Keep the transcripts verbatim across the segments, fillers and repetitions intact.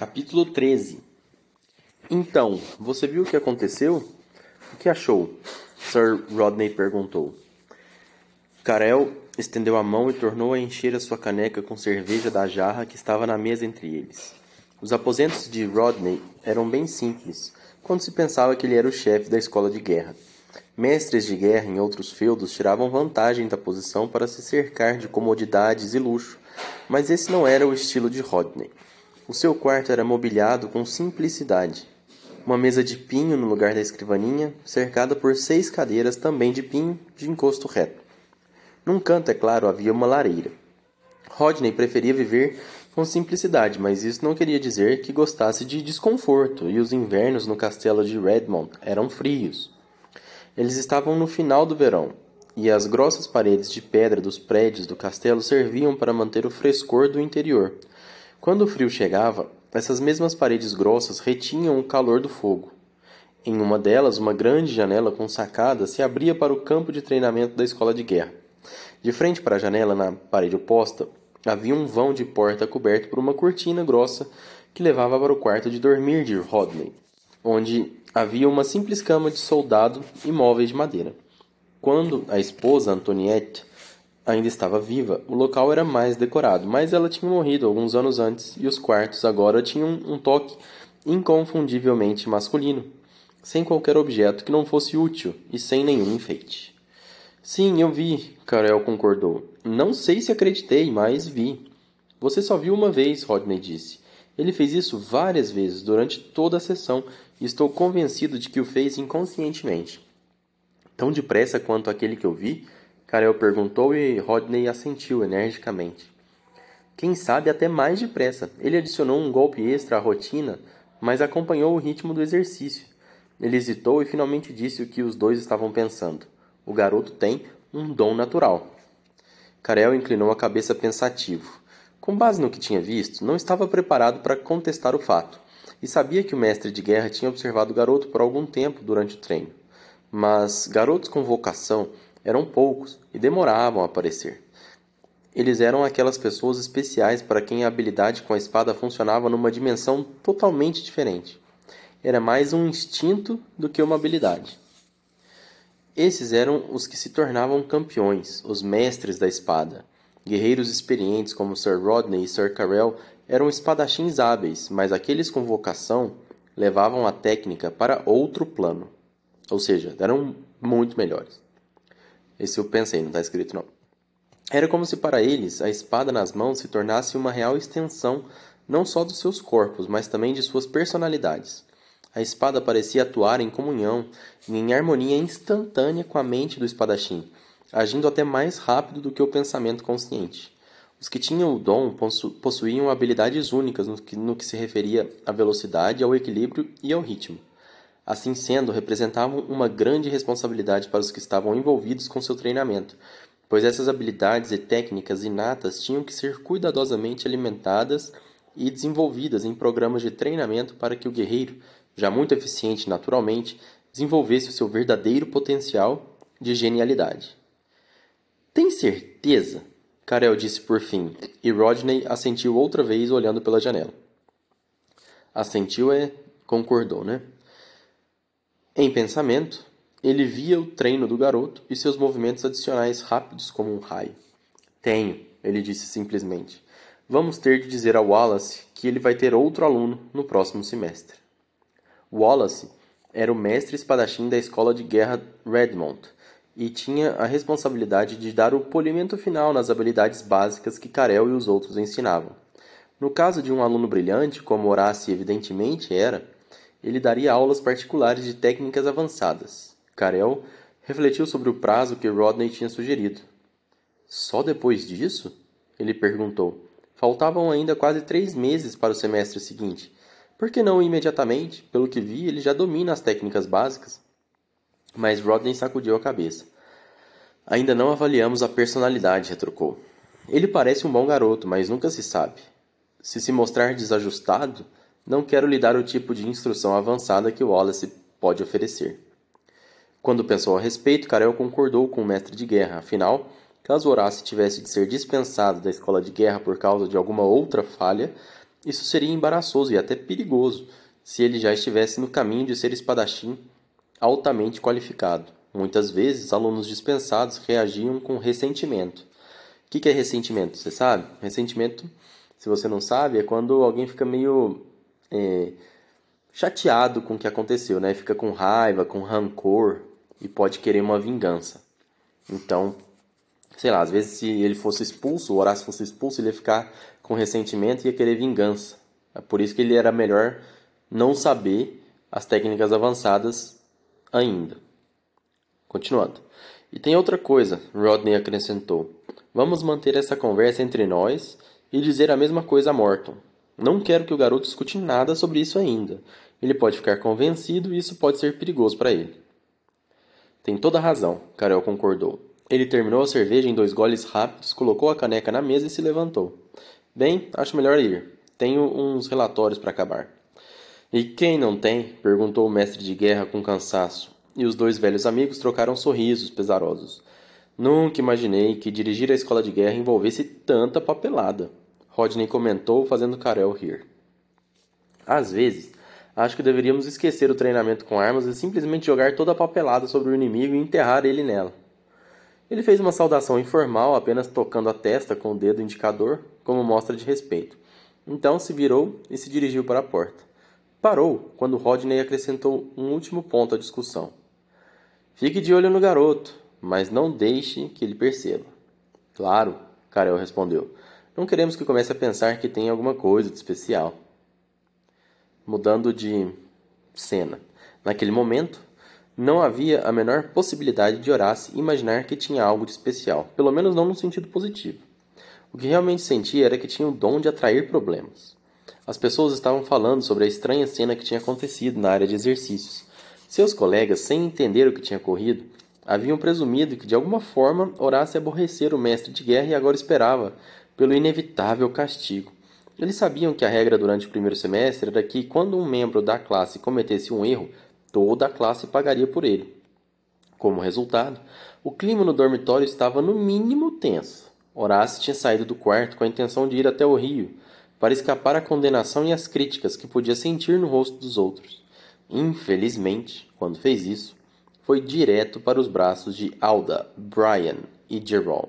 Capítulo treze. Então, você viu o que aconteceu? O que achou? Sir Rodney perguntou. Carell estendeu a mão e tornou a encher a sua caneca com cerveja da jarra que estava na mesa entre eles. Os aposentos de Rodney eram bem simples, quando se pensava que ele era o chefe da escola de guerra. Mestres de guerra em outros feudos tiravam vantagem da posição para se cercar de comodidades e luxo, mas esse não era o estilo de Rodney. O seu quarto era mobiliado com simplicidade. Uma mesa de pinho no lugar da escrivaninha, cercada por seis cadeiras também de pinho, de encosto reto. Num canto, é claro, havia uma lareira. Rodney preferia viver com simplicidade, mas isso não queria dizer que gostasse de desconforto, e os invernos no castelo de Redmond eram frios. Eles estavam no final do verão, e as grossas paredes de pedra dos prédios do castelo serviam para manter o frescor do interior. Quando o frio chegava, essas mesmas paredes grossas retinham o calor do fogo. Em uma delas, uma grande janela com sacada se abria para o campo de treinamento da escola de guerra. De frente para a janela, na parede oposta, havia um vão de porta coberto por uma cortina grossa que levava para o quarto de dormir de Rodney, onde havia uma simples cama de soldado e móveis de madeira. Quando a esposa, Antoniette, ainda estava viva, o local era mais decorado, mas ela tinha morrido alguns anos antes e os quartos agora tinham um toque inconfundivelmente masculino, sem qualquer objeto que não fosse útil e sem nenhum enfeite. Sim, eu vi, Carell concordou. Não sei se acreditei, mas vi. Você só viu uma vez, Rodney disse. Ele fez isso várias vezes durante toda a sessão e estou convencido de que o fez inconscientemente. Tão depressa quanto aquele que eu vi? Carell perguntou e Rodney assentiu energicamente. Quem sabe até mais depressa. Ele adicionou um golpe extra à rotina, mas acompanhou o ritmo do exercício. Ele hesitou e finalmente disse o que os dois estavam pensando. O garoto tem um dom natural. Carell inclinou a cabeça pensativo. Com base no que tinha visto, não estava preparado para contestar o fato, e sabia que o mestre de guerra tinha observado o garoto por algum tempo durante o treino. Mas garotos com vocação eram poucos e demoravam a aparecer. Eles eram aquelas pessoas especiais para quem a habilidade com a espada funcionava numa dimensão totalmente diferente. Era mais um instinto do que uma habilidade. Esses eram os que se tornavam campeões, os mestres da espada. Guerreiros experientes como Sir Rodney e Sir Carell eram espadachins hábeis, mas aqueles com vocação levavam a técnica para outro plano. Ou seja, eram muito melhores. Esse eu pensei, não está escrito não. Era como se para eles a espada nas mãos se tornasse uma real extensão não só dos seus corpos, mas também de suas personalidades. A espada parecia atuar em comunhão e em harmonia instantânea com a mente do espadachim, agindo até mais rápido do que o pensamento consciente. Os que tinham o dom possu- possuíam habilidades únicas no que, no que se referia à velocidade, ao equilíbrio e ao ritmo. Assim sendo, representavam uma grande responsabilidade para os que estavam envolvidos com seu treinamento, pois essas habilidades e técnicas inatas tinham que ser cuidadosamente alimentadas e desenvolvidas em programas de treinamento para que o guerreiro, já muito eficiente naturalmente, desenvolvesse o seu verdadeiro potencial de genialidade. Tem certeza? Carell disse por fim, e Rodney assentiu outra vez olhando pela janela. Assentiu é... concordou, né? Em pensamento, ele via o treino do garoto e seus movimentos adicionais rápidos como um raio. Tenho, ele disse simplesmente. Vamos ter de dizer a Wallace que ele vai ter outro aluno no próximo semestre. Wallace era o mestre espadachim da escola de guerra Redmond e tinha a responsabilidade de dar o polimento final nas habilidades básicas que Carell e os outros ensinavam. No caso de um aluno brilhante, como Horace evidentemente era, ele daria aulas particulares de técnicas avançadas. Carell refletiu sobre o prazo que Rodney tinha sugerido. Só depois disso? Ele perguntou. Faltavam ainda quase três meses para o semestre seguinte. Por que não imediatamente? Pelo que vi, ele já domina as técnicas básicas. Mas Rodney sacudiu a cabeça. Ainda não avaliamos a personalidade, retrucou. Ele parece um bom garoto, mas nunca se sabe. Se se mostrar desajustado, não quero lhe dar o tipo de instrução avançada que Wallace pode oferecer. Quando pensou a respeito, Carell concordou com o mestre de guerra. Afinal, caso Horace tivesse de ser dispensado da escola de guerra por causa de alguma outra falha, Isso seria embaraçoso e até perigoso se ele já estivesse no caminho de ser espadachim altamente qualificado. Muitas vezes, alunos dispensados reagiam com ressentimento. O que é ressentimento? Você sabe? Ressentimento, se você não sabe, é quando alguém fica meio é, chateado com o que aconteceu, né? Fica com raiva, com rancor e pode querer uma vingança. Então, sei lá, às vezes se ele fosse expulso, o Horácio fosse expulso, ele ia ficar com ressentimento e ia querer vingança. É por isso que ele era melhor não saber as técnicas avançadas ainda. Continuando. E tem outra coisa, Rodney acrescentou. Vamos manter essa conversa entre nós e dizer a mesma coisa a Morton. Não quero que o garoto escute nada sobre isso ainda. Ele pode ficar convencido e isso pode ser perigoso para ele. Tem toda a razão, Carol concordou. Ele terminou a cerveja em dois goles rápidos, colocou a caneca na mesa e se levantou. Bem, acho melhor ir. Tenho uns relatórios para acabar. E quem não tem? Perguntou o mestre de guerra com cansaço. E os dois velhos amigos trocaram sorrisos pesarosos. Nunca imaginei que dirigir a escola de guerra envolvesse tanta papelada. Rodney comentou, fazendo Carol rir. Às vezes, acho que deveríamos esquecer o treinamento com armas e simplesmente jogar toda a papelada sobre o inimigo e enterrar ele nela. Ele fez uma saudação informal, apenas tocando a testa com o dedo indicador, como mostra de respeito. Então se virou e se dirigiu para a porta. Parou quando Rodney acrescentou um último ponto à discussão. Fique de olho no garoto, mas não deixe que ele perceba. Claro, Carol respondeu. Não queremos que comece a pensar que tem alguma coisa de especial. Mudando de cena. Naquele momento, não havia a menor possibilidade de Horácio imaginar que tinha algo de especial, pelo menos não no sentido positivo. O que realmente sentia era que tinha o dom de atrair problemas. As pessoas estavam falando sobre a estranha cena que tinha acontecido na área de exercícios. Seus colegas, sem entender o que tinha ocorrido, haviam presumido que de alguma forma Horácio aborrecera o mestre de guerra e agora esperava pelo inevitável castigo. Eles sabiam que a regra durante o primeiro semestre era que, quando um membro da classe cometesse um erro, toda a classe pagaria por ele. Como resultado, o clima no dormitório estava no mínimo tenso. Horácio tinha saído do quarto com a intenção de ir até o rio, para escapar à condenação e às críticas que podia sentir no rosto dos outros. Infelizmente, quando fez isso, foi direto para os braços de Alda, Brian e Jerome.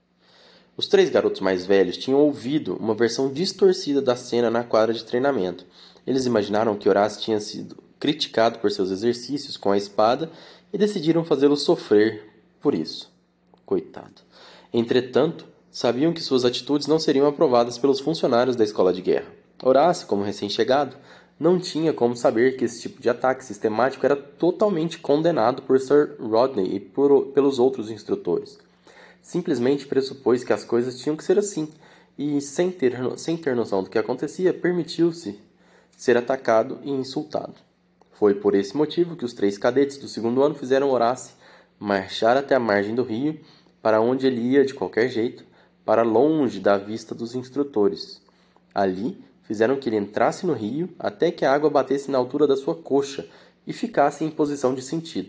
Os três garotos mais velhos tinham ouvido uma versão distorcida da cena na quadra de treinamento. Eles imaginaram que Horácio tinha sido criticado por seus exercícios com a espada e decidiram fazê-lo sofrer por isso. Coitado. Entretanto, sabiam que suas atitudes não seriam aprovadas pelos funcionários da escola de guerra. Horácio, como recém-chegado, não tinha como saber que esse tipo de ataque sistemático era totalmente condenado por Sir Rodney e por, pelos outros instrutores. Simplesmente pressupôs que as coisas tinham que ser assim, e, sem ter, sem ter noção do que acontecia, permitiu-se ser atacado e insultado. Foi por esse motivo que os três cadetes do segundo ano fizeram Horácio marchar até a margem do rio, para onde ele ia de qualquer jeito, para longe da vista dos instrutores. Ali, fizeram que ele entrasse no rio até que a água batesse na altura da sua coxa e ficasse em posição de sentido.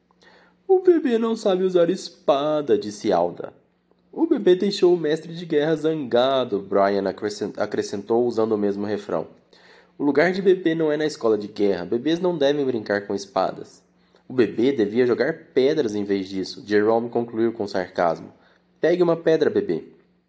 O bebê não sabe usar espada, disse Alda. O bebê deixou o mestre de guerra zangado, Brian acrescentou usando o mesmo refrão. O lugar de bebê não é na escola de guerra. Bebês não devem brincar com espadas. O bebê devia jogar pedras em vez disso, Jerome concluiu com sarcasmo. Pegue uma pedra, bebê.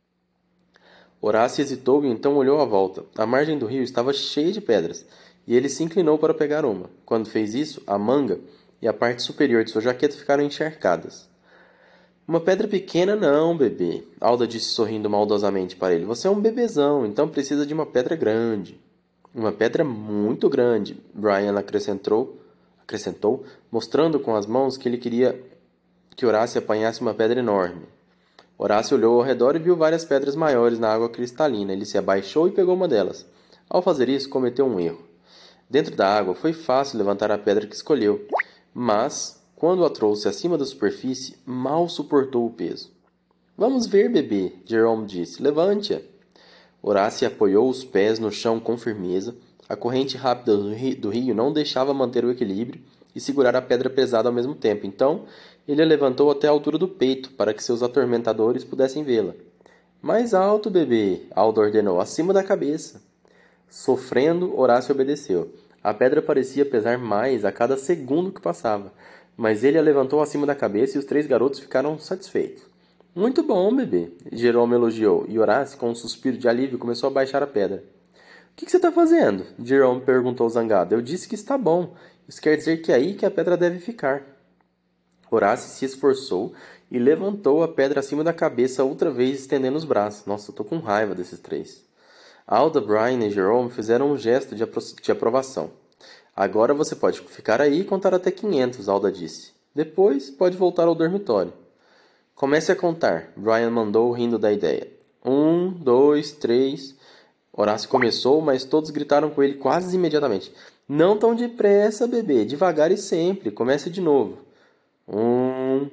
Horácio hesitou e então olhou à volta. A margem do rio estava cheia de pedras, e ele se inclinou para pegar uma. Quando fez isso, a manga e a parte superior de sua jaqueta ficaram encharcadas. Uma pedra pequena não, bebê, Alda disse sorrindo maldosamente para ele. Você é um bebezão, então precisa de uma pedra grande. Uma pedra muito grande, Brian acrescentou, acrescentou, mostrando com as mãos que ele queria que Horácio apanhasse uma pedra enorme. Horácio olhou ao redor e viu várias pedras maiores na água cristalina. Ele se abaixou e pegou uma delas. Ao fazer isso, cometeu um erro. Dentro da água, foi fácil levantar a pedra que escolheu, mas, quando a trouxe acima da superfície, mal suportou o peso. Vamos ver, bebê, Jerome disse. Levante-a. Horácio apoiou os pés no chão com firmeza. A corrente rápida do rio não deixava manter o equilíbrio e segurar a pedra pesada ao mesmo tempo. Então, ele a levantou até a altura do peito, para que seus atormentadores pudessem vê-la. Mais alto, bebê, Aldo ordenou, acima da cabeça. Sofrendo, Horácio obedeceu. A pedra parecia pesar mais a cada segundo que passava, mas ele a levantou acima da cabeça e os três garotos ficaram satisfeitos. Muito bom, bebê, Jerome elogiou, e Horácio, com um suspiro de alívio, começou a baixar a pedra. O que, que você está fazendo? Jerome perguntou zangado. Eu disse que está bom. Isso quer dizer que é aí que a pedra deve ficar. Horácio se esforçou e levantou a pedra acima da cabeça outra vez, estendendo os braços. Nossa, eu tô com raiva desses três. Alda, Brian e Jerome fizeram um gesto de, apro de aprovação. Agora você pode ficar aí e contar até quinhentos, Alda disse. Depois pode voltar ao dormitório. Comece a contar, Brian mandou, rindo da ideia. Um, dois, três... Horácio começou, mas todos gritaram com ele quase imediatamente. Não tão depressa, bebê. Devagar e sempre. Comece de novo. Um,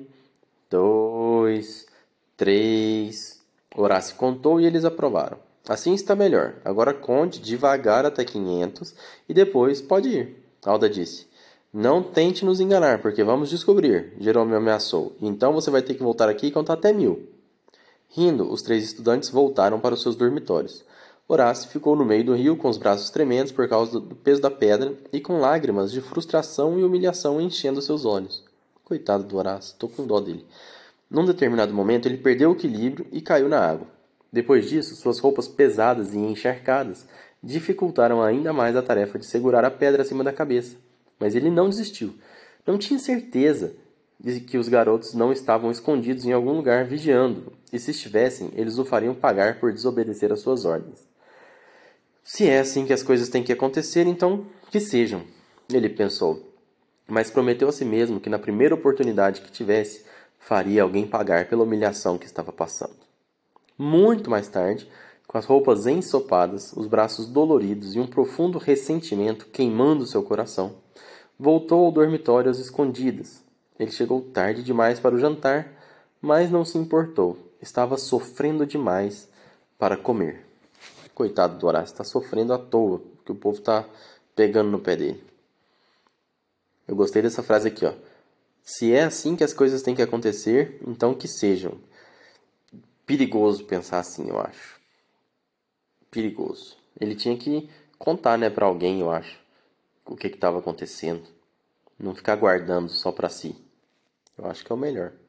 dois, três... Horácio contou e eles aprovaram. Assim está melhor. Agora conte devagar até quinhentos e depois pode ir. Alda disse. Não tente nos enganar, porque vamos descobrir. Jerome ameaçou. Então você vai ter que voltar aqui e contar até mil. Rindo, os três estudantes voltaram para os seus dormitórios. Horácio ficou no meio do rio com os braços tremendos por causa do peso da pedra e com lágrimas de frustração e humilhação enchendo seus olhos. Coitado do Horácio, estou com dó dele. Num determinado momento, ele perdeu o equilíbrio e caiu na água. Depois disso, suas roupas pesadas e encharcadas dificultaram ainda mais a tarefa de segurar a pedra acima da cabeça. Mas ele não desistiu. Não tinha certeza de que os garotos não estavam escondidos em algum lugar vigiando, e se estivessem, eles o fariam pagar por desobedecer às suas ordens. Se é assim que as coisas têm que acontecer, então que sejam, ele pensou. Mas prometeu a si mesmo que na primeira oportunidade que tivesse, faria alguém pagar pela humilhação que estava passando. Muito mais tarde, com as roupas ensopadas, os braços doloridos e um profundo ressentimento queimando seu coração, voltou ao dormitório às escondidas. Ele chegou tarde demais para o jantar, mas não se importou. Estava sofrendo demais para comer. Coitado do Horácio, está sofrendo à toa, porque o povo está pegando no pé dele. Eu gostei dessa frase aqui, ó. Se é assim que as coisas têm que acontecer, então que sejam. Perigoso pensar assim, eu acho. Perigoso. Ele tinha que contar, né, para alguém, eu acho, o que estava acontecendo. Não ficar guardando só para si. Eu acho que é o melhor.